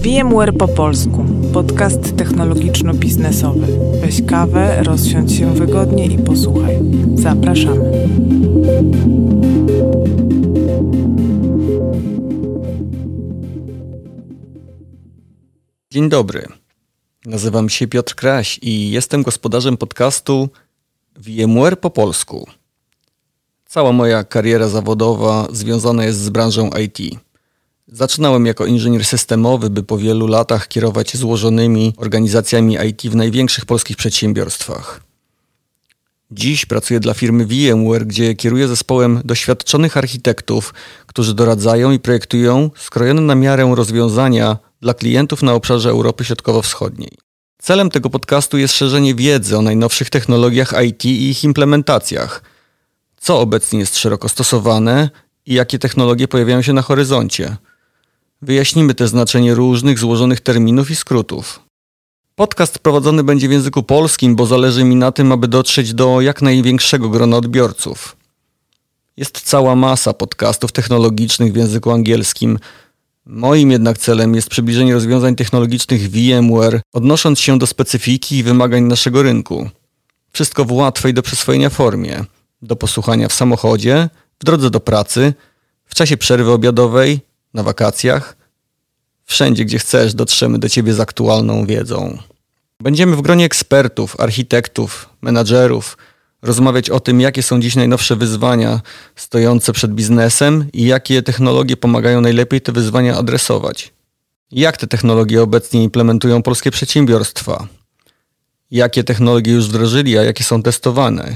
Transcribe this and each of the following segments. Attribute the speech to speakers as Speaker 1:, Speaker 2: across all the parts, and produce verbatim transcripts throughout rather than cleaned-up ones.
Speaker 1: VMware po polsku. Podcast technologiczno-biznesowy. Weź kawę, rozsiądź się wygodnie i posłuchaj. Zapraszamy.
Speaker 2: Dzień dobry. Nazywam się Piotr Kraś i jestem gospodarzem podcastu VMware po polsku. Cała moja kariera zawodowa związana jest z branżą I T. Zaczynałem jako inżynier systemowy, by po wielu latach kierować złożonymi organizacjami I T w największych polskich przedsiębiorstwach. Dziś pracuję dla firmy VMware, gdzie kieruję zespołem doświadczonych architektów, którzy doradzają i projektują skrojone na miarę rozwiązania dla klientów na obszarze Europy Środkowo-Wschodniej. Celem tego podcastu jest szerzenie wiedzy o najnowszych technologiach I T i ich implementacjach, co obecnie jest szeroko stosowane i jakie technologie pojawiają się na horyzoncie. Wyjaśnimy też znaczenie różnych złożonych terminów i skrótów. Podcast prowadzony będzie w języku polskim, bo zależy mi na tym, aby dotrzeć do jak największego grona odbiorców. Jest cała masa podcastów technologicznych w języku angielskim. Moim jednak celem jest przybliżenie rozwiązań technologicznych VMware, odnosząc się do specyfiki i wymagań naszego rynku. Wszystko w łatwej do przyswojenia formie. Do posłuchania w samochodzie, w drodze do pracy, w czasie przerwy obiadowej, na wakacjach. Wszędzie, gdzie chcesz, dotrzemy do Ciebie z aktualną wiedzą. Będziemy w gronie ekspertów, architektów, menadżerów rozmawiać o tym, jakie są dziś najnowsze wyzwania stojące przed biznesem i jakie technologie pomagają najlepiej te wyzwania adresować. Jak te technologie obecnie implementują polskie przedsiębiorstwa? Jakie technologie już wdrożyli, a jakie są testowane?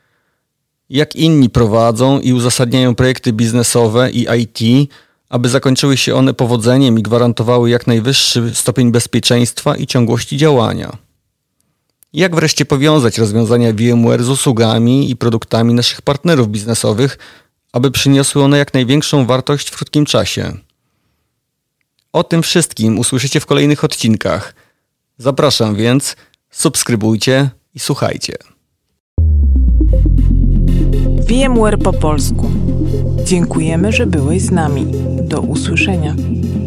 Speaker 2: Jak inni prowadzą i uzasadniają projekty biznesowe i I T, aby zakończyły się one powodzeniem i gwarantowały jak najwyższy stopień bezpieczeństwa i ciągłości działania. Jak wreszcie powiązać rozwiązania VMware z usługami i produktami naszych partnerów biznesowych, aby przyniosły one jak największą wartość w krótkim czasie. O tym wszystkim usłyszycie w kolejnych odcinkach. Zapraszam więc, subskrybujcie i słuchajcie.
Speaker 1: VMware po polsku. Dziękujemy, że byłeś z nami. Do usłyszenia.